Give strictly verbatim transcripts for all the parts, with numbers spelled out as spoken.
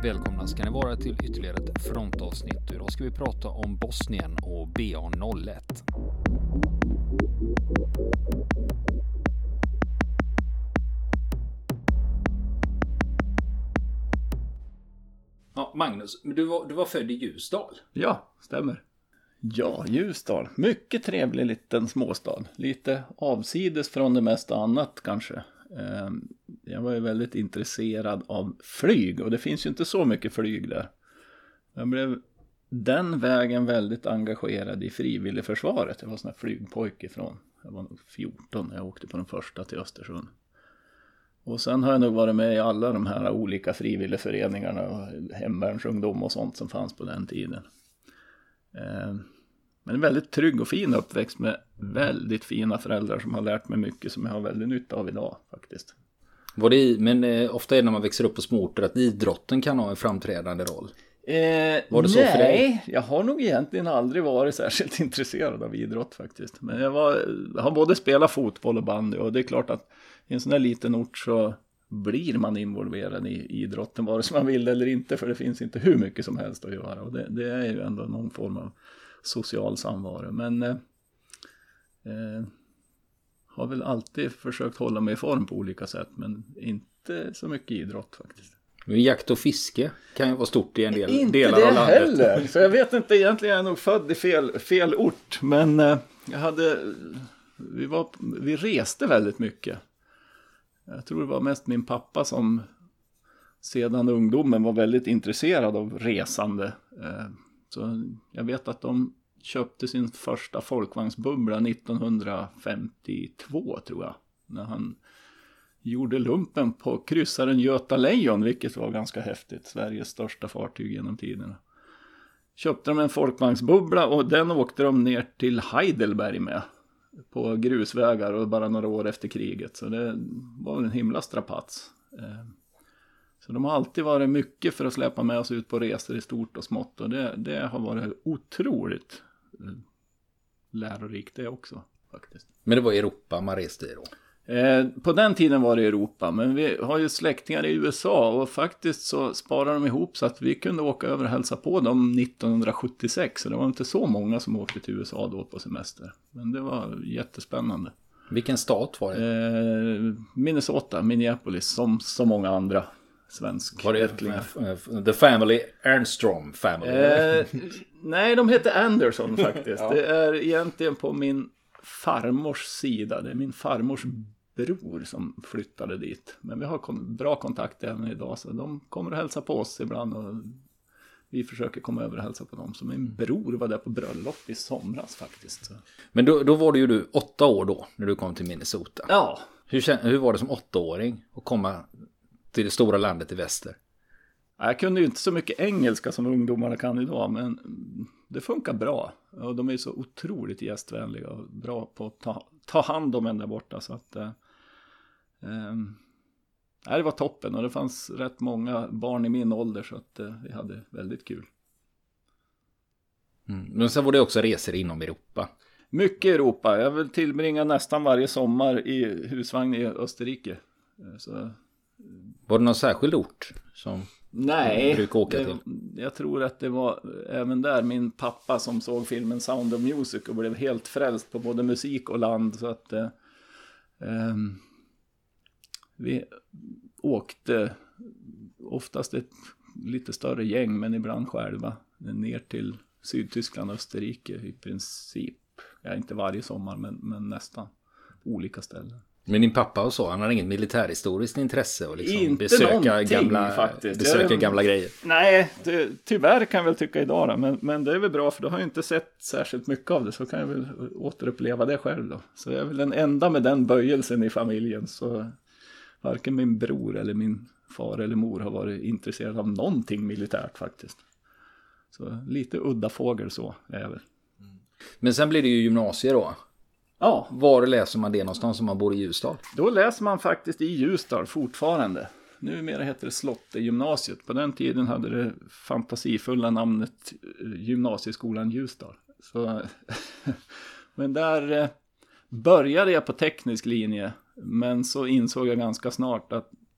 välkomna ska ni vara till ytterligare ett frontavsnitt. Idag ska vi prata om Bosnien och B A noll ett. Ja, Magnus, du var, du var född i Ljusdal. Ja, stämmer. Ja, Ljusdal. Mycket trevlig liten småstad. Lite avsides från det mesta annat kanske. Jag var ju väldigt intresserad av flyg och det finns ju inte så mycket flyg där. Jag blev den vägen väldigt engagerad i frivilligförsvaret. Jag var sån här flygpojke från, jag var nog fjorton när jag åkte på den första till Östersund. Och sen har jag nog varit med i alla de här olika frivilligföreningarna och hemvärnsungdom och sånt som fanns på den tiden. Men en väldigt trygg och fin uppväxt med väldigt fina föräldrar som har lärt mig mycket som jag har väldigt nytta av idag faktiskt. Var det i, men eh, ofta är det när man växer upp på småorter att idrotten kan ha en framträdande roll. Eh, var det så nej, för dig? Jag har nog egentligen aldrig varit särskilt intresserad av idrott faktiskt. Men jag, var, jag har både spelat fotboll och bandy och det är klart att i en sån här liten ort så blir man involverad i idrotten vare sig man vill eller inte, för det finns inte hur mycket som helst att göra och det, det är ju ändå någon form av social samvaro. Men eh, eh, har väl alltid försökt hålla mig i form på olika sätt, men inte så mycket idrott faktiskt. Men jakt och fiske kan ju vara stort i en del inte delar av landet. Inte det heller, så jag vet inte, egentligen är jag nog född i fel, fel ort, men eh, jag hade, vi, var, vi reste väldigt mycket. Jag tror det var mest min pappa som sedan ungdomen var väldigt intresserad av resande. Eh, så jag vet att de köpte sin första folkvagnsbubbla nittonhundrafemtiotvå tror jag. När han gjorde lumpen på kryssaren Göta Lejon, vilket var ganska häftigt. Sveriges största fartyg genom tiderna. Köpte de en folkvagnsbubbla och den åkte de ner till Heidelberg med. På grusvägar och bara några år efter kriget. Så det var en himla strapats. Så de har alltid varit mycket för att släppa med oss ut på resor i stort och smått. Och det, det har varit otroligt lärorikt det också faktiskt. Men det var Europa man reste i då? Eh, på den tiden var det Europa. Men vi har ju släktingar i U S A. Och faktiskt så sparade de ihop så att vi kunde åka över och hälsa på dem nittonhundrasjuttiosex. Så det var inte så många som åkte till U S A då på semester. Men det var jättespännande. Vilken stat var det? Eh, Minnesota, Minneapolis, som så många andra svensk. Var det The Family, Ernstrom Family? Eh, nej, de heter Anderson faktiskt. Ja. Det är egentligen på min farmors sida. Det är min farmors bror som flyttade dit. Men vi har kon- bra kontakt även idag. Så de kommer att hälsa på oss ibland. Och vi försöker komma över och hälsa på dem. Så min bror var där på bröllop i somras faktiskt. Så. Men då, då var det ju du åtta år då. När du kom till Minnesota. Ja. Hur, hur var det som åttaåring att komma till det stora landet i väster? Jag kunde ju inte så mycket engelska som ungdomarna kan idag. Men det funkar bra. Och de är så otroligt gästvänliga och bra på att ta, ta hand om en där borta. Så att, eh, eh, det var toppen och det fanns rätt många barn i min ålder så att eh, vi hade väldigt kul. Mm. Men sen var det också resor inom Europa. Mycket Europa. Jag vill tillbringa nästan varje sommar i husvagn i Österrike. Så, var det någon särskild ort som... Nej, brukar åka det, till? Jag tror att det var även där min pappa som såg filmen Sound of Music och blev helt frälst på både musik och land. Så att eh, eh, vi åkte oftast ett lite större gäng men ibland själva ner till Sydtyskland och Österrike i princip. Ja, inte varje sommar men, men nästan olika ställen. Men din pappa och så, han har inget militärhistoriskt intresse och liksom inte besöka, gamla, faktiskt. besöka jag, gamla grejer? Nej, det, tyvärr kan jag väl tycka idag då, men, men det är väl bra för då har jag inte sett särskilt mycket av det så kan jag väl återuppleva det själv då. Så jag är väl den enda med den böjelsen i familjen så varken min bror eller min far eller mor har varit intresserad av någonting militärt faktiskt. Så lite udda fågel så är jag väl. Men sen blir det ju gymnasier då. Ja. Var läser man det någonstans om man bor i Ljusdal? Då läser man faktiskt i Ljusdal fortfarande. Numera heter det Slottegymnasiet. På den tiden hade det fantasifulla namnet Gymnasieskolan Ljusdal. Så men där började jag på teknisk linje. Men så insåg jag ganska snart att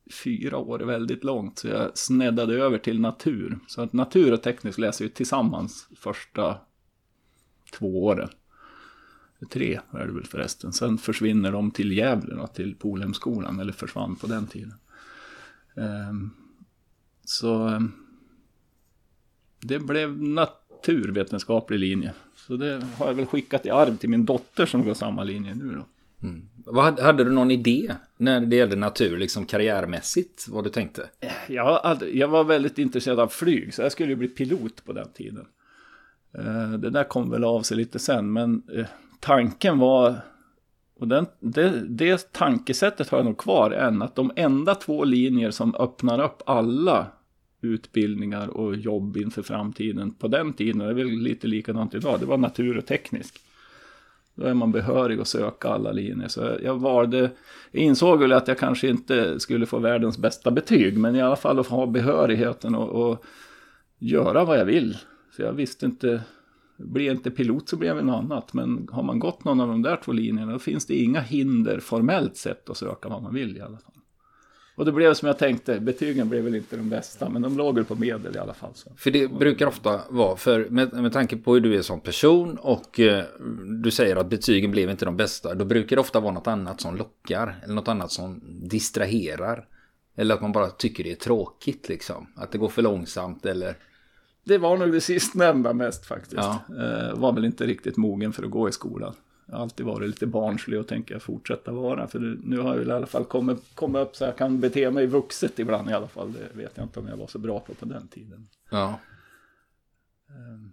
fyra år är väldigt långt, så jag sneddade över till natur. Så att natur och teknisk läser ju tillsammans första två åren. Tre är det väl förresten. Sen försvinner de till Gävle då, till Polhemskolan, eller försvann på den tiden. Um, så um, det blev naturvetenskaplig linje. Så det har jag väl skickat i arv till min dotter som går samma linje nu då. Mm. Vad, hade du någon idé när det gällde natur, liksom karriärmässigt, vad du tänkte? Jag, jag var väldigt intresserad av flyg, så jag skulle ju bli pilot på den tiden. Uh, det där kom väl av sig lite sen, men uh, tanken var, och den, det, det tankesättet har jag nog kvar än, att de enda två linjer som öppnar upp alla utbildningar och jobb inför framtiden på den tiden, det är väl lite likadant idag, det var natur och teknisk. Då är man behörig att söka alla linjer. Så jag, jag, valde, jag insåg väl att jag kanske inte skulle få världens bästa betyg, men i alla fall att ha behörigheten och, och göra vad jag vill. Så jag visste inte, blir jag inte pilot så blir jag väl något annat. Men har man gått någon av de där två linjerna, då finns det inga hinder formellt sett att söka vad man vill i alla fall. Och det blev som jag tänkte, betygen blev väl inte de bästa, men de låg väl på medel i alla fall. Så. För det brukar ofta vara, för med, med tanke på hur du är som person och eh, du säger att betygen blev inte de bästa, då brukar det ofta vara något annat som lockar, eller något annat som distraherar. Eller att man bara tycker det är tråkigt liksom, att det går för långsamt eller... Det var nog det sistnämnda mest faktiskt. Ja. Eh, var väl inte riktigt mogen för att gå i skolan. Jag har alltid varit lite barnslig och tänker fortsätta vara. För nu har jag i alla fall kommit, kommit upp så jag kan bete mig vuxet ibland i alla fall. Det vet jag inte om jag var så bra på på den tiden. Ja. Um,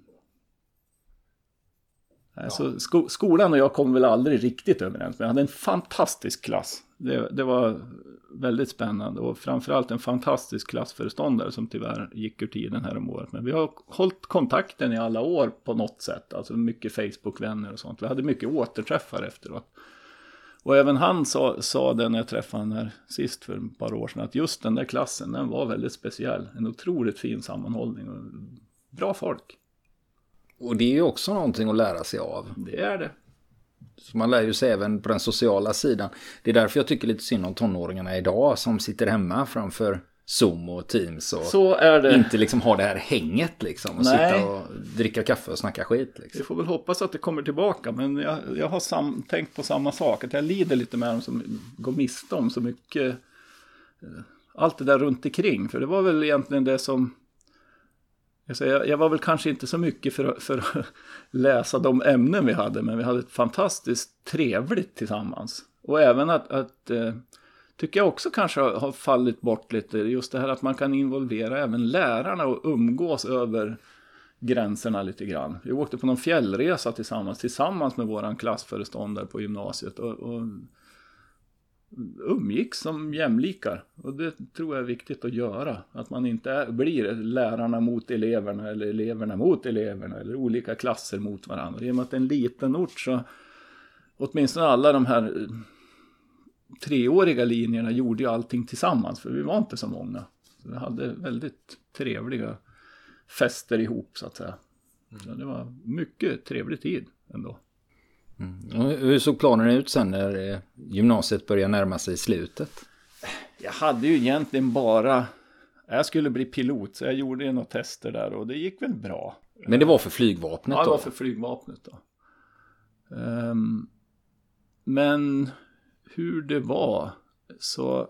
ja. Så sko- skolan och jag kom väl aldrig riktigt överens. Men jag hade en fantastisk klass. Det, det var väldigt spännande. Och framförallt en fantastisk klassföreståndare som tyvärr gick ur tiden här om året. Men vi har hållit kontakten i alla år på något sätt. Alltså mycket Facebook-vänner och sånt. Vi hade mycket återträffar efteråt. Och även han sa, sa det när jag träffade honom här sist för ett par år sedan. Att just den där klassen, den var väldigt speciell. En otroligt fin sammanhållning och bra folk. Och det är ju också någonting att lära sig av. Det är det. Så man lär ju sig även på den sociala sidan. Det är därför jag tycker lite synd om tonåringarna idag som sitter hemma framför Zoom och Teams och så är det. Inte liksom ha det här hänget liksom och Nej. sitta och dricka kaffe och snacka skit liksom. Vi får väl hoppas att det kommer tillbaka, men jag, jag har sam, tänkt på samma sak, att jag lider lite med dem som går miste om så mycket, allt det där runt omkring, för det var väl egentligen det som jag, jag var väl kanske inte så mycket för, för att läsa de ämnen vi hade, men vi hade ett fantastiskt trevligt tillsammans. Och även att, att eh, tycker jag också kanske har fallit bort lite, just det här att man kan involvera även lärarna och umgås över gränserna lite grann. Vi åkte på någon fjällresa tillsammans, tillsammans med våran klassföreståndare på gymnasiet och, och umgick som jämlikar. Och det tror jag är viktigt att göra. Att man inte är, blir lärarna mot eleverna eller eleverna mot eleverna eller olika klasser mot varandra. I och med att det är en liten ort så åtminstone alla de här treåriga linjerna gjorde ju allting tillsammans, för vi var inte så många. Så vi hade väldigt trevliga fester ihop så att säga. Så det var mycket trevlig tid ändå. Mm. Och hur såg planen ut sen när gymnasiet började närma sig slutet? Jag hade ju egentligen bara, jag skulle bli pilot så jag gjorde ju några tester där och det gick väl bra. Men det var för flygvapnet då? Ja, det var för flygvapnet då. Um, men hur det var så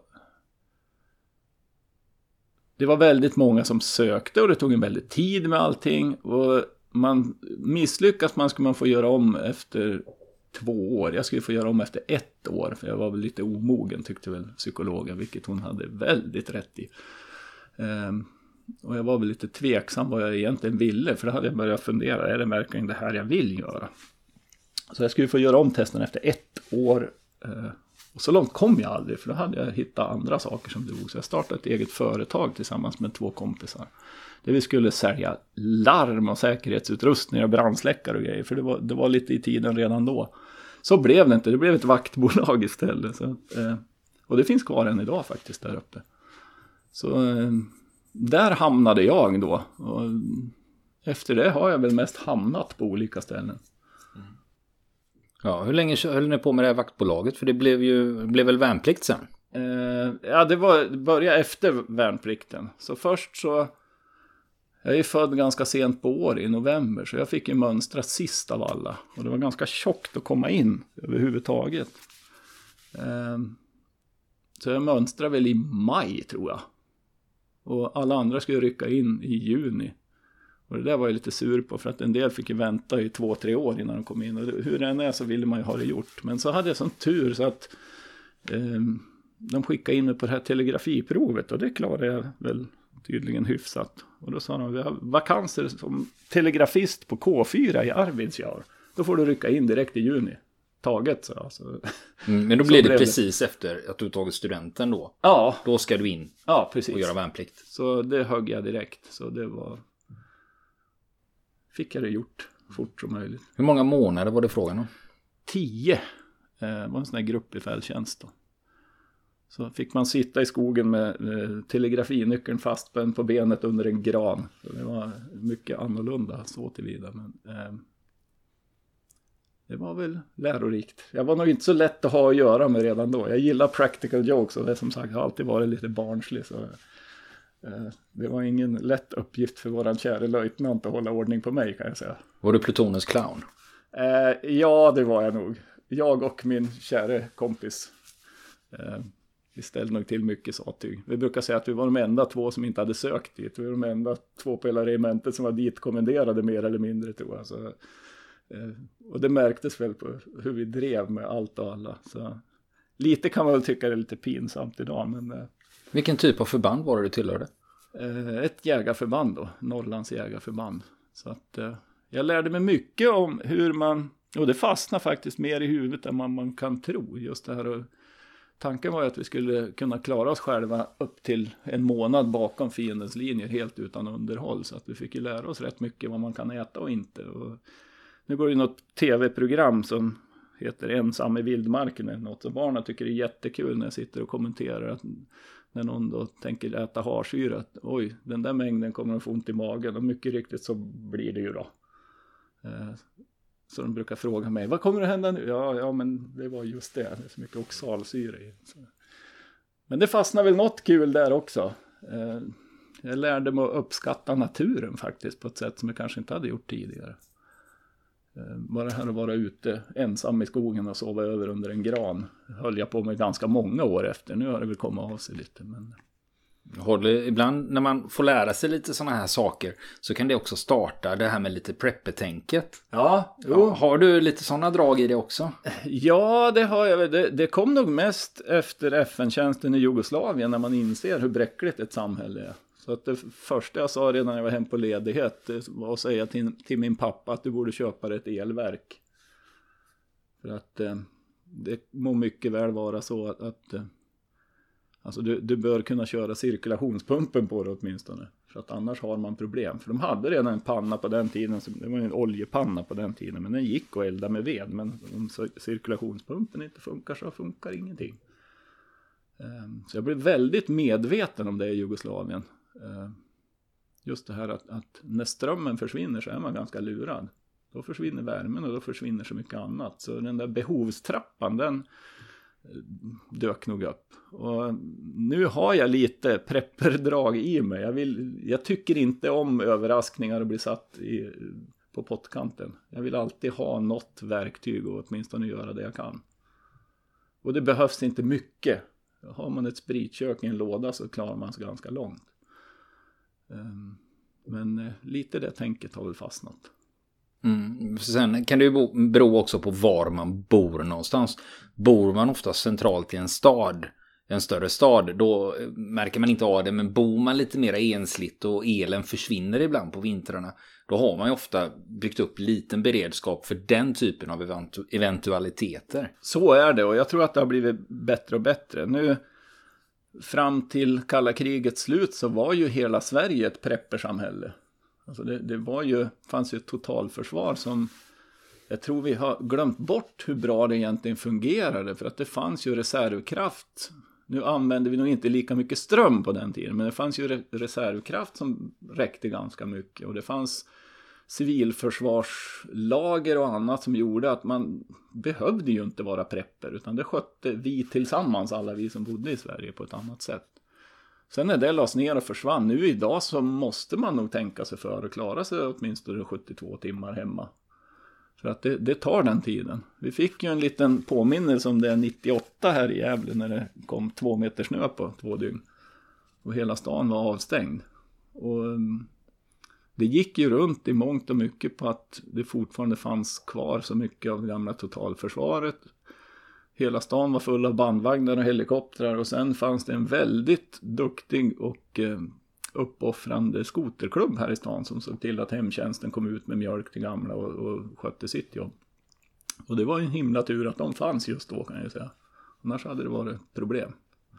det var väldigt många som sökte och det tog en väldigt tid med allting och man misslyckas man skulle man få göra om efter två år. Jag skulle få göra om efter ett år för jag var väl lite omogen tyckte väl psykologen, vilket hon hade väldigt rätt i. Um, och jag var väl lite tveksam vad jag egentligen ville, för då hade jag börjat fundera, är det verkligen det här jag vill göra? Så jag skulle få göra om testen efter ett år. Uh, och så långt kom jag aldrig, för då hade jag hittat andra saker som drog. Så jag startade ett eget företag tillsammans med två kompisar. Där vi skulle sälja larm och säkerhetsutrustning och brandsläckare och grejer. För det var, det var lite i tiden redan då. Så blev det inte, det blev ett vaktbolag istället. Så, uh, och det finns kvar än idag faktiskt där uppe. Så uh, där hamnade jag då. Och efter det har jag väl mest hamnat på olika ställen. Ja, hur länge höll ni på med det här vaktbolaget? För det blev ju blev väl värnplikt sen? Eh, ja, det var börja efter värnplikten. Så först så, jag är ju född ganska sent på år i november, så jag fick ju mönstra sist av alla. Och det var ganska tjockt att komma in överhuvudtaget. Eh, så jag mönstrade väl i maj, tror jag. Och alla andra skulle rycka in i juni. Och det där var jag lite sur på, för att en del fick ju vänta i två, tre år innan de kom in. Och hur det än är så ville man ju ha det gjort. Men så hade jag sån tur så att eh, de skickade in mig på det här telegrafiprovet. Och det klarade jag väl tydligen hyfsat. Och då sa de, vi har vakanser som telegrafist på K fyra i Arvidsjaur. Då får du rycka in direkt i juni. Taget så alltså. Mm, men då blir det precis det. Efter att du tagit studenten då. Ja. Då ska du in ja, precis. och göra värnplikt. Så det högg jag direkt. Så det var... Fick jag det gjort fort som möjligt. Hur många månader var det frågan om? Tio. Det var en sån här grupp i fälltjänst då. Så fick man sitta i skogen med eh, telegrafinyckeln fastspänd på benet under en gran. Så det var mycket annorlunda så tillvida. Men eh, det var väl lärorikt. Jag var nog inte så lätt att ha att göra med redan då. Jag gillar practical jokes och det som sagt har alltid varit lite barnslig. Så, eh, det var ingen lätt uppgift för våran kära löjtnant att hålla ordning på mig, kan jag säga. Var du plutonens clown? Eh, ja, det var jag nog. Jag och min kära kompis. Eh, vi ställde nog till mycket sattyg. Vi brukar säga att vi var de enda två som inte hade sökt dit. Vi var de enda två på hela regementet som var dit kommenderade mer eller mindre, tror jag. Så, eh, och det märktes väl på hur vi drev med allt och alla. Så, lite kan man väl tycka det är lite pinsamt idag. Men, eh, vilken typ av förband var det du tillhörde? Eh, ett jägarförband då. Norrlands jägarförband. Så att eh, jag lärde mig mycket om hur man... Och det fastnar faktiskt mer i huvudet än man, man kan tro. Just det här. Och tanken var ju att vi skulle kunna klara oss själva upp till en månad bakom fiendens linjer helt utan underhåll. Så att vi fick ju lära oss rätt mycket vad man kan äta och inte. Och nu går det något tv-program som heter Ensam i vildmarken eller något. Så barnen tycker det är jättekul när jag sitter och kommenterar att när någon då tänker äta harsyra. Att, oj, den där mängden kommer att få ont i magen. Och mycket riktigt så blir det ju då. Eh, Så de brukar fråga mig, vad kommer att hända nu? Ja, ja, men det var just det. Det är så mycket oxalsyra i. Så. Men det fastnar väl något kul där också. Eh, jag lärde mig att uppskatta naturen faktiskt på ett sätt som jag kanske inte hade gjort tidigare. Eh, bara här att vara ute ensam i skogen och sova över under en gran höll jag på med ganska många år efter. Nu har det väl kommit av sig lite, men... Håller, ibland när man får lära sig lite sådana här saker så kan det också starta det här med lite prepper-tänket. Ja, ja, har du lite sådana drag i det också? Ja, det har jag. Det, det kom nog mest efter F N-tjänsten i Jugoslavien när man inser hur bräckligt ett samhälle är. Så att det första jag sa redan när jag var hem på ledighet var att säga till, till min pappa att du borde köpa ett elverk. För att eh, det må mycket väl vara så att... att Alltså du, du bör kunna köra cirkulationspumpen på det åtminstone. För att annars har man problem. För de hade redan en panna på den tiden. Det var en oljepanna på den tiden. Men den gick att elda med ved. Men om cirkulationspumpen inte funkar så funkar ingenting. Så jag blev väldigt medveten om det i Jugoslavien. Just det här att, att när strömmen försvinner så är man ganska lurad. Då försvinner värmen och då försvinner så mycket annat. Så den där behovstrappan, den... dök nog upp. Och nu har jag lite prepperdrag i mig. Jag, vill, jag tycker inte om överraskningar och bli satt i, på pottkanten. Jag vill alltid ha något verktyg och åtminstone göra det jag kan. Och det behövs inte mycket. Har man ett spritkök i en låda så klarar man sig ganska långt. Men lite det tänket har väl fastnat. Mm. Sen kan det ju bero också på var man bor någonstans. Bor man ofta centralt i en stad, en större stad, då märker man inte av det. Men bor man lite mer ensligt och elen försvinner ibland på vintrarna, då har man ju ofta byggt upp liten beredskap för den typen av eventu- eventualiteter. Så är det, och jag tror att det har blivit bättre och bättre. Nu fram till kalla krigets slut så var ju hela Sverige ett preppersamhälle. Alltså det, det var ju, fanns ju ett totalförsvar som jag tror vi har glömt bort hur bra det egentligen fungerade. För att det fanns ju reservkraft. Nu använde vi nog inte lika mycket ström på den tiden. Men det fanns ju re- reservkraft som räckte ganska mycket. Och det fanns civilförsvarslager och annat som gjorde att man behövde ju inte vara prepper, utan det skötte vi tillsammans, alla vi som bodde i Sverige, på ett annat sätt. Sen när det lades ner och försvann, nu idag så måste man nog tänka sig för att klara sig åtminstone sjuttiotvå timmar hemma. För att det, det tar den tiden. Vi fick ju en liten påminnelse om det nittioåtta här i Gävle när det kom två meter snö på två dygn. Och hela stan var avstängd. Och det gick ju runt i mångt och mycket på att det fortfarande fanns kvar så mycket av gamla totalförsvaret. Hela stan var full av bandvagnar och helikoptrar, och sen fanns det en väldigt duktig och eh, uppoffrande skoterklubb här i stan som såg till att hemtjänsten kom ut med mjölk till gamla och, och skötte sitt jobb. Och det var en himla tur att de fanns just då, kan jag säga. Annars hade det varit problem.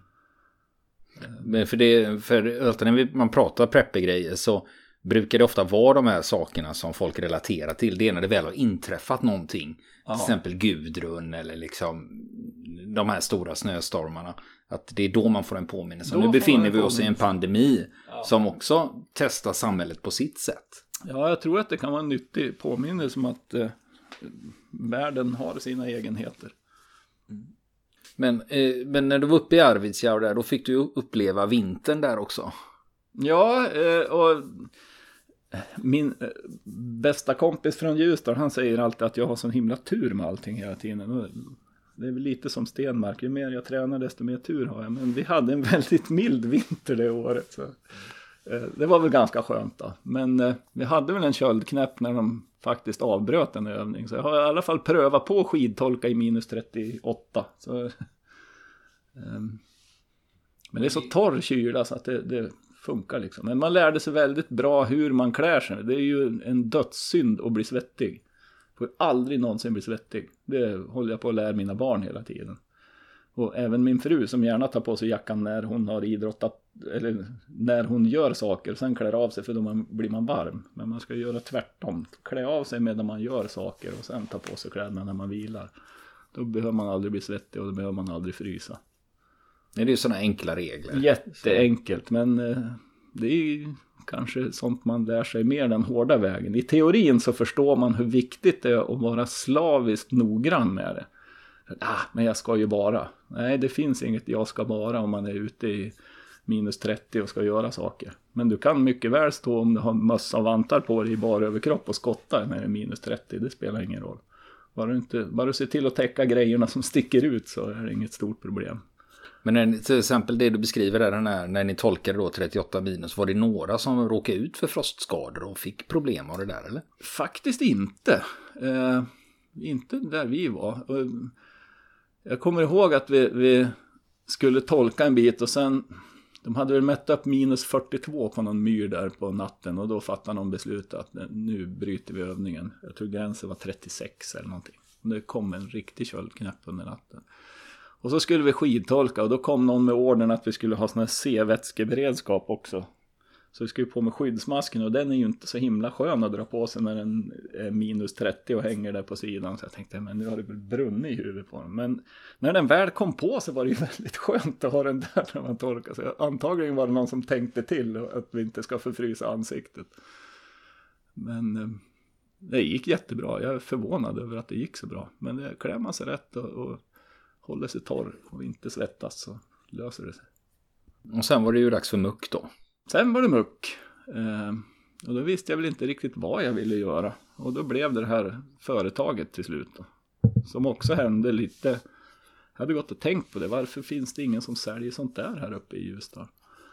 Men för det, för alltid när man pratar prepper-grejer så brukar det ofta vara de här sakerna som folk relaterar till. Det är när det väl har inträffat någonting. Aha. Till exempel Gudrun eller liksom de här stora snöstormarna. Att det är då man får en påminnelse. Nu befinner vi oss i en pandemi, ja, som också testar samhället på sitt sätt. Ja, jag tror att det kan vara en nyttig påminnelse om att eh, världen har sina egenheter. Mm. Men, eh, men när du var uppe i Arvidsjaur där, då fick du uppleva vintern där också. Ja, eh, och min eh, bästa kompis från Ljusdal, han säger alltid att jag har sån himla tur med allting hela tiden. Det är väl lite som Stenmark, ju mer jag tränar desto mer tur har jag. Men vi hade en väldigt mild vinter det året, så eh, det var väl ganska skönt då. Men eh, vi hade väl en köldknäpp när de faktiskt avbröt en övning. Så jag har i alla fall prövat på skidtolka i minus trettioåtta. Så, eh, men det är så torr kyla så att det, det funkar liksom. Men man lärde sig väldigt bra hur man klär sig. Det är ju en dödssynd att bli svettig. Får aldrig någonsin bli svettig. Det håller jag på att lära mina barn hela tiden. Och även min fru som gärna tar på sig jackan när hon har idrottat, eller när hon gör saker, sen klär av sig för då man, blir man varm. Men man ska göra tvärtom. Klä av sig medan man gör saker och sen ta på sig kläderna när man vilar. Då behöver man aldrig bli svettig och då behöver man aldrig frysa. Det är ju sådana enkla regler. Jätteenkelt, men eh, det är ju kanske sånt man lär sig mer den hårda vägen. I teorin så förstår man hur viktigt det är att vara slaviskt noggrann med det. Ah, men jag ska ju bara. Nej, det finns inget jag ska bara om man är ute i minus trettio och ska göra saker. Men du kan mycket väl stå om du har mössa och vantar på dig i bara överkropp och skotta när det är minus trettio. Det spelar ingen roll. Bara du, inte, bara du ser till att täcka grejerna som sticker ut så är det inget stort problem. Men när, till exempel det du beskriver där, den här, när ni tolkade då trettioåtta minus, var det några som råkade ut för frostskador och fick problem av det där, eller? Faktiskt inte. Eh, inte där vi var. Jag kommer ihåg att vi, vi skulle tolka en bit och sen, de hade väl mätt upp minus fyrtiotvå på någon myr där på natten och då fattade de beslut att nu bryter vi övningen. Jag tror gränsen var trettiosex eller någonting. Det kom en riktig köldknäpp under natten. Och så skulle vi skidtolka och då kom någon med ordern att vi skulle ha sån här C-vätskeberedskap också. Så vi skulle på med skyddsmasken och den är ju inte så himla skön att dra på sig när den är minus trettio och hänger där på sidan. Så jag tänkte, men nu har det väl brunnit i huvudet på den. Men när den väl kom på så var det ju väldigt skönt att ha den där när man torkar. Så antagligen var det någon som tänkte till att vi inte ska förfrysa ansiktet. Men det gick jättebra. Jag är förvånad över att det gick så bra. Men det klär man sig rätt och, och håller sig torr och inte svettas så löser det sig. Och sen var det ju dags för muck då. Sen var det muck. Eh, och då visste jag väl inte riktigt vad jag ville göra. Och då blev det här företaget till slut då. Som också hände lite. Jag hade gått och tänkt på det. Varför finns det ingen som säljer sånt där här uppe i Ljusdal?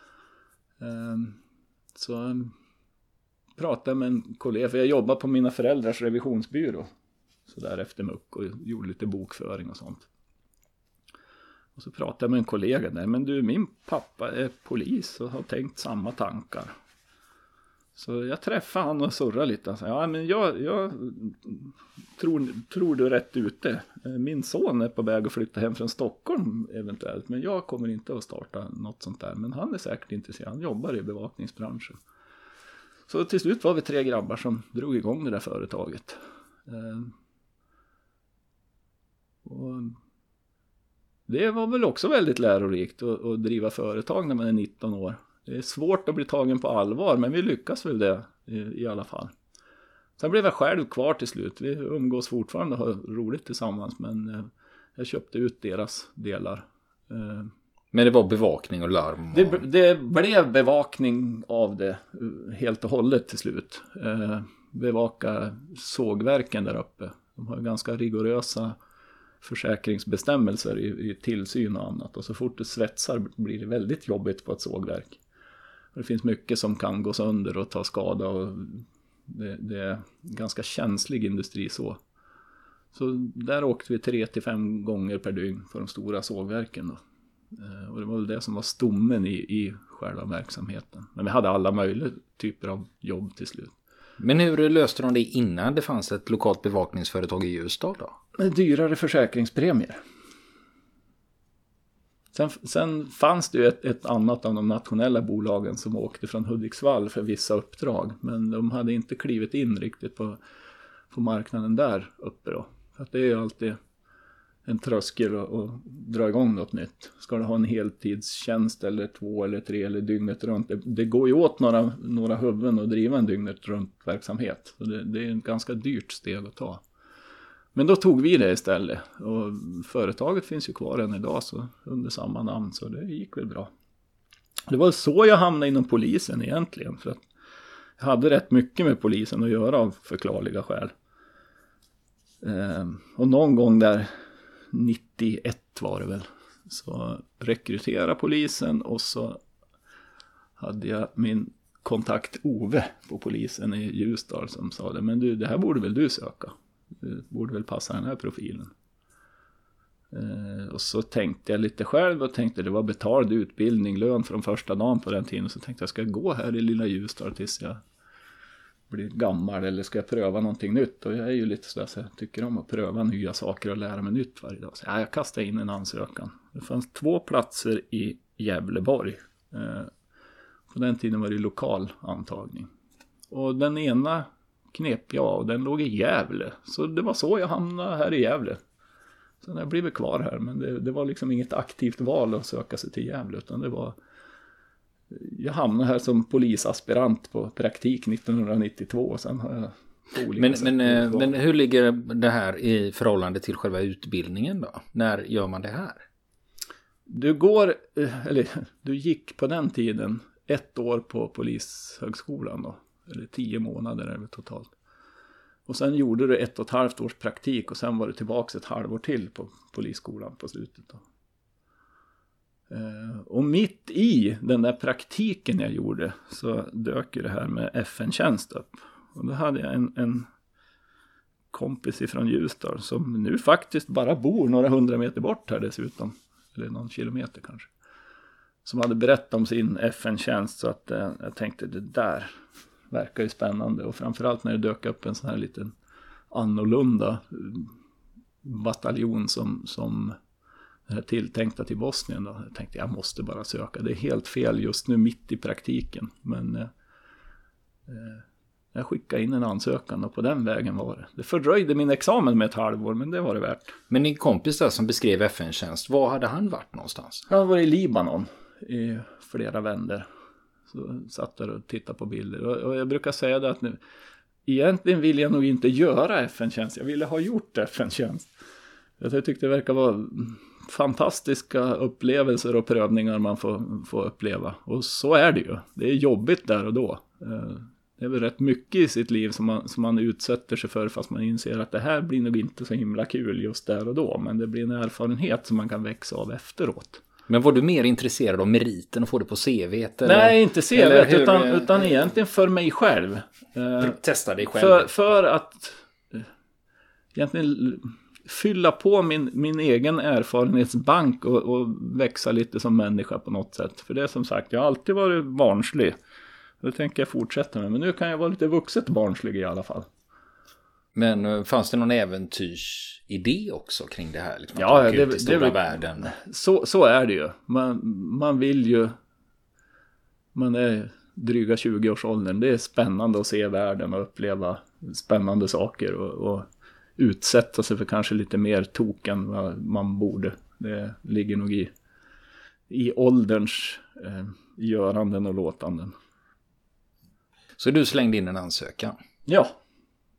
Eh, så um, pratade med en kollega. För jag jobbar på mina föräldrars revisionsbyrå. Så där efter muck och gjorde lite bokföring och sånt. Och så pratade jag med en kollega där. Men du, min pappa är polis och har tänkt samma tankar. Så jag träffade han och surrade lite. Han sa, ja, men jag, jag tror, tror du är rätt ute. Min son är på väg att flytta hem från Stockholm eventuellt. Men jag kommer inte att starta något sånt där. Men han är säkert intresserad. Han jobbar i bevakningsbranschen. Så till slut var vi tre grabbar som drog igång det där företaget. Och det var väl också väldigt lärorikt att, att driva företag när man är nitton år. Det är svårt att bli tagen på allvar, men vi lyckas väl det i, i alla fall. Sen blev jag själv kvar till slut. Vi umgås fortfarande och har roligt tillsammans, men eh, jag köpte ut deras delar. Eh, Men det var bevakning och larm? Och... Det, det blev bevakning av det helt och hållet till slut. Eh, bevaka sågverken där uppe. De har ganska rigorösa försäkringsbestämmelser i, i tillsyn och annat. Och så fort det svetsar blir det väldigt jobbigt på ett sågverk. Och det finns mycket som kan gå sönder och ta skada. Och det, det är ganska känslig industri så. Så där åkte vi tre till fem gånger per dygn för de stora sågverken då. Och det var väl det som var stommen i, i själva verksamheten. Men vi hade alla möjliga typer av jobb till slut. Men hur löste de det innan det fanns ett lokalt bevakningsföretag i Ljusdal då? Med dyrare försäkringspremier. Sen, sen fanns det ju ett, ett annat av de nationella bolagen som åkte från Hudiksvall för vissa uppdrag. Men de hade inte klivit in riktigt på, på marknaden där uppe då. För att det är ju alltid en tröskel att, att dra igång något nytt. Ska du ha en heltidstjänst eller två eller tre eller dygnet runt. Det, det går ju åt några, några huvuden att driva en dygnet runt verksamhet. Så det, det är en ganska dyrt steg att ta. Men då tog vi det istället. Och företaget finns ju kvar än idag så under samma namn. Så det gick väl bra. Det var så jag hamnade inom polisen egentligen. För att jag hade rätt mycket med polisen att göra av förklarliga skäl. Ehm, och någon gång där nittioett var det väl. Så rekryterade polisen och så hade jag min kontakt Ove på polisen i Ljusdal som sa det. Men du, det här borde väl du söka. Du borde väl passa den här profilen. Eh, och så tänkte jag lite själv och tänkte det var betald utbildning, lön från första dagen på den tiden. Så tänkte jag ska jag gå här i lilla Ljusdal tills jag blir gammal eller ska jag pröva någonting nytt. Och jag är ju lite sådär så jag tycker om att pröva nya saker och lära mig nytt varje dag. Så ja, jag kastade in en ansökan. Det fanns två platser i Gävleborg. Eh, på den tiden var det lokal antagning. Och den ena knep jag och den låg i Gävle. Så det var så jag hamnade här i Gävle. Så jag blev kvar här. Men det, det var liksom inget aktivt val att söka sig till Gävle. Utan det var... Jag hamnade här som polisaspirant på praktik nittonhundranittiotvå. Och sen har jag men, men, men hur ligger det här i förhållande till själva utbildningen då? När gör man det här? Du går, eller du gick på den tiden ett år på polishögskolan då. Eller tio månader är det totalt. Och sen gjorde du ett och ett halvt års praktik och sen var du tillbaka ett halvår till på polisskolan på slutet då. Och mitt i den där praktiken jag gjorde så dök det här med F N-tjänst upp. Och då hade jag en, en kompis ifrån Ljusdal som nu faktiskt bara bor några hundra meter bort här dessutom. Eller någon kilometer kanske. Som hade berättat om sin F N-tjänst så att eh, jag tänkte det där verkar ju spännande. Och framförallt när det dök upp en sån här liten annorlunda bataljon som... som tilltänkta till Bosnien då. Jag tänkte jag måste bara söka. Det är helt fel just nu mitt i praktiken. Men eh, jag skickade in en ansökan och på den vägen var det. Det fördröjde min examen med ett halvår men det var det värt. Men din kompis där som beskrev F N-tjänst, var hade han varit någonstans? Han var i Libanon i flera vänder. Så satt där och tittade på bilder. Och, och jag brukar säga det att nu, egentligen vill jag nog inte göra F N-tjänst. Jag ville ha gjort F N-tjänst. Jag tyckte det verkar vara fantastiska upplevelser och prövningar man får, får uppleva. Och så är det ju. Det är jobbigt där och då. Det är väl rätt mycket i sitt liv som man, som man utsätter sig för fast man inser att det här blir nog inte så himla kul just där och då. Men det blir en erfarenhet som man kan växa av efteråt. Men var du mer intresserad av meriten och få det på C V? Eller? Nej, inte C V utan, utan egentligen för mig själv. Testa dig själv. För, för att egentligen... fylla på min, min egen erfarenhetsbank och, och växa lite som människa på något sätt. För det är som sagt, jag har alltid varit barnslig. Det tänker jag fortsätta med. Men nu kan jag vara lite vuxet barnslig i alla fall. Men fanns det någon äventyrsidé också kring det här? Liksom, ja, det, det, stora det, världen. Så, så är det ju. Man, man vill ju... Man är dryga tjugo-årsåldern. Det är spännande att se världen och uppleva spännande saker och... och utsätta sig för kanske lite mer tok än vad man borde. Det ligger nog i, i ålderns eh, göranden och låtanden. Så du slängde in en ansökan? Ja.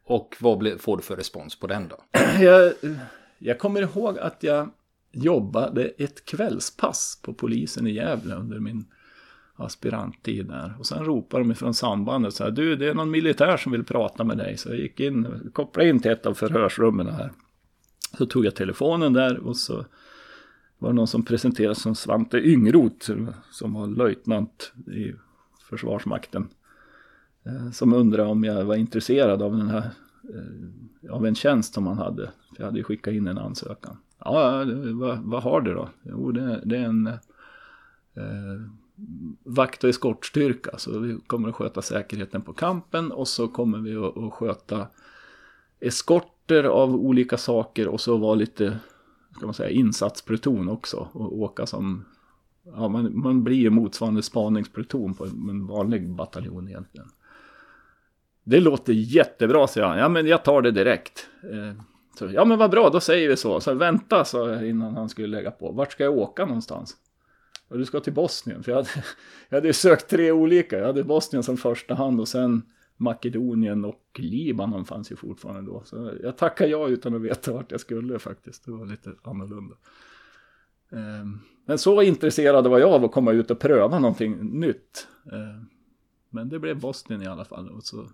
Och vad blir, får du för respons på den då? Jag, jag kommer ihåg att jag jobbade ett kvällspass på polisen i Gävle under min aspiranttid där. Och sen ropade de från sambandet så här, du, det är någon militär som vill prata med dig. Så jag gick in, kopplade in till ett av förhörsrummen här. Så tog jag telefonen där och så var det någon som presenterades som Svante Yngroth, som var löjtnant i Försvarsmakten. Som undrade om jag var intresserad av den här, av en tjänst som man hade. Jag hade ju skickat in en ansökan. Ja, vad, vad har du då? Jo, det, det är en eh, vakt- och eskortstyrka. Så vi kommer att sköta säkerheten på kampen. Och så kommer vi att, att sköta eskorter av olika saker. Och så var lite, ska man säga, insatspluton också. Och åka som, ja, man, man blir ju motsvarande spaningspluton på en vanlig bataljon egentligen. Det låter jättebra, säger han. Ja, men jag tar det direkt. Eh, så, ja, men vad bra, då säger vi så. Så vänta, så innan han skulle lägga på. Vart ska jag åka någonstans? Och du ska till Bosnien. För jag hade, jag hade sökt tre olika. Jag hade Bosnien som första hand och sen Makedonien och Libanon fanns ju fortfarande då. Så jag tackar ja utan att veta vart jag skulle faktiskt. Det var lite annorlunda. Eh, men så intresserad var jag av att komma ut och pröva någonting nytt. Eh, men det blev Bosnien i alla fall. Och så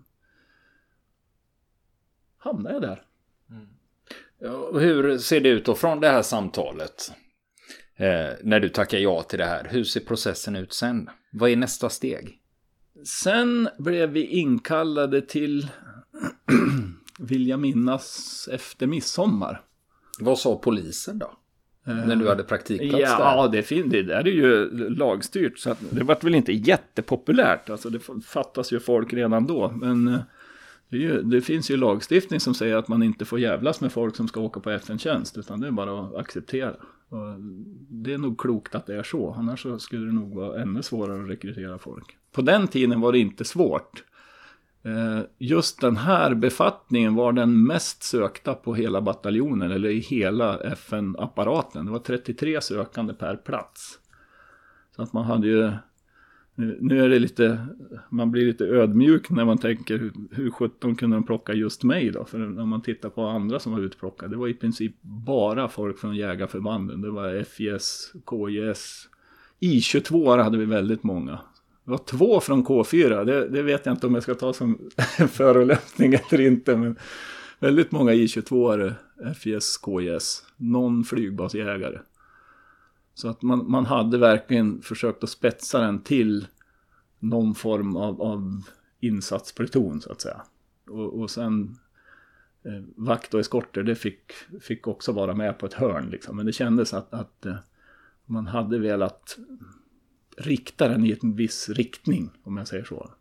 hamnade jag där. Mm. Ja, hur ser det ut då från det här samtalet? Eh, när du tackar ja till det här. Hur ser processen ut sen? Vad är nästa steg? Sen blev vi inkallade till, vill jag minnas, efter midsommar. Vad sa polisen då? Eh, när du hade praktikplats ja, där? Ja, det, fin- det där är ju lagstyrt. Så att det var väl inte jättepopulärt. Alltså det fattas ju folk redan då. Men det, är ju, det finns ju lagstiftning som säger att man inte får jävlas med folk som ska åka på F N-tjänst. Utan det är bara att acceptera. Och det är nog klokt att det är så. Annars så skulle det nog vara ännu svårare att rekrytera folk. På den tiden var det inte svårt. Just den här befattningen var den mest sökta på hela bataljonen. Eller i hela F N-apparaten. Det var trettiotre sökande per plats. Så att man hade ju... Nu är det lite... Man blir lite ödmjuk när man tänker hur, hur sjutton kunde de plocka just mig då. För när man tittar på andra som var utplockade. Det var i princip bara folk från jägarförbanden. Det var F J S, K J S. I tjugotvå hade vi väldigt många. Det var två från K fyra. Det, det vet jag inte om jag ska ta som förolämpning eller inte. Men väldigt många I tjugotvå, F J S, K J S. Någon flygbasjägare. Så att man, man hade verkligen försökt att spetsa den till någon form av, av insatspluton så att säga. Och, och sen eh, vakt och eskorter, det fick, fick också vara med på ett hörn liksom. Men det kändes att, att eh, man hade velat rikta den i en viss riktning, om jag säger så.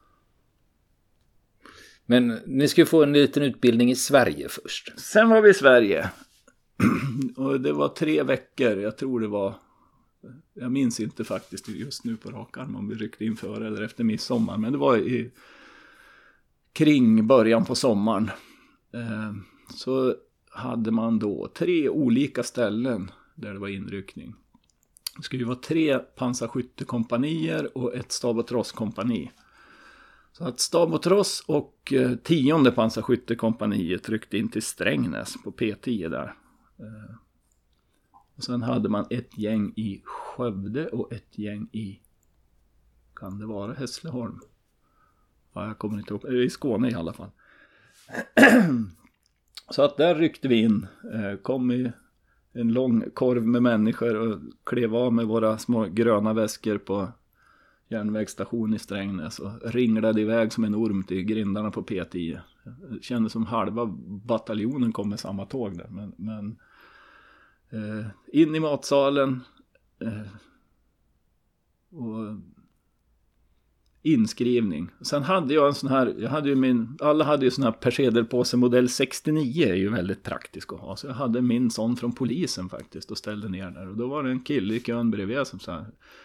Men ni ska få en liten utbildning i Sverige först. Sen var vi i Sverige. Och det var tre veckor, jag tror det var, jag minns inte faktiskt just nu på rak arm om vi ryckte in före eller efter midsommar, men det var i kring början på sommaren. Eh, så hade man då tre olika ställen där det var inryckning. Det skulle ju vara tre pansarskyttekompanier och ett stab- och trosskompani. Så att stab- och tross och eh, tionde pansarskyttekompaniet ryckte in till Strängnäs på P tio där. Uh, och sen hade man ett gäng i Skövde och ett gäng i, kan det vara Hässleholm? Ja, jag kommer inte ihåg, i Skåne i alla fall. Så att där ryckte vi in, uh, kom i en lång korv med människor och klev av med våra små gröna väskor på järnvägsstation i Strängnäs och ringlade iväg som en orm till grindarna på P tio. Det kändes som halva bataljonen kom med samma tåg där. Men, men eh, in i matsalen eh, och inskrivning. Sen hade jag en sån här, jag hade ju min, alla hade ju sån här persedelpåse modell sextionio, är ju väldigt praktisk att ha. Så jag hade min sån från polisen faktiskt och ställde ner där. Och då var det en kille i kön bredvid som sa: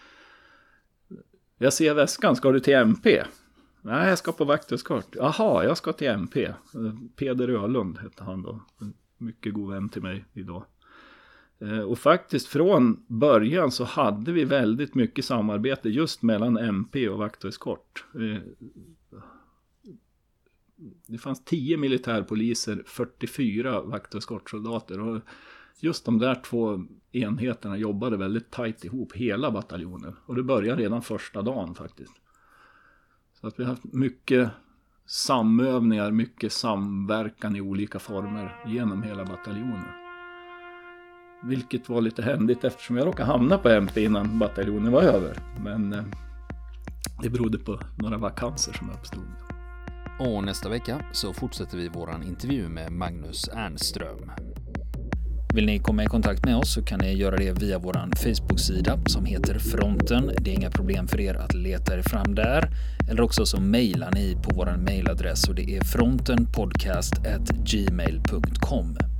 jag ser väskan, ska du till M P? Nej, jag ska på vakt och eskort. Jaha, jag ska till M P. Peder Ölund hette han då. En mycket god vän till mig idag. Och faktiskt från början så hade vi väldigt mycket samarbete just mellan M P och vakt och eskort. det fanns tio militärpoliser, fyrtiofyra vakt- och eskortsoldater. Och just de där två enheterna jobbade väldigt tajt ihop, hela bataljonen. Och det började redan första dagen faktiskt. Så att vi har haft mycket samövningar, mycket samverkan i olika former genom hela bataljonen. Vilket var lite händigt eftersom jag råkade hamna på M P innan bataljonen var över. Men eh, det berodde på några vakanser som uppstod. Och nästa vecka så fortsätter vi våran intervju med Magnus Ernström. Vill ni komma i kontakt med oss så kan ni göra det via våran Facebook-sida som heter Fronten. Det är inga problem för er att leta er fram där. Eller också så mejlar ni på våran mejladress och det är frontenpodcast at gmail punkt com.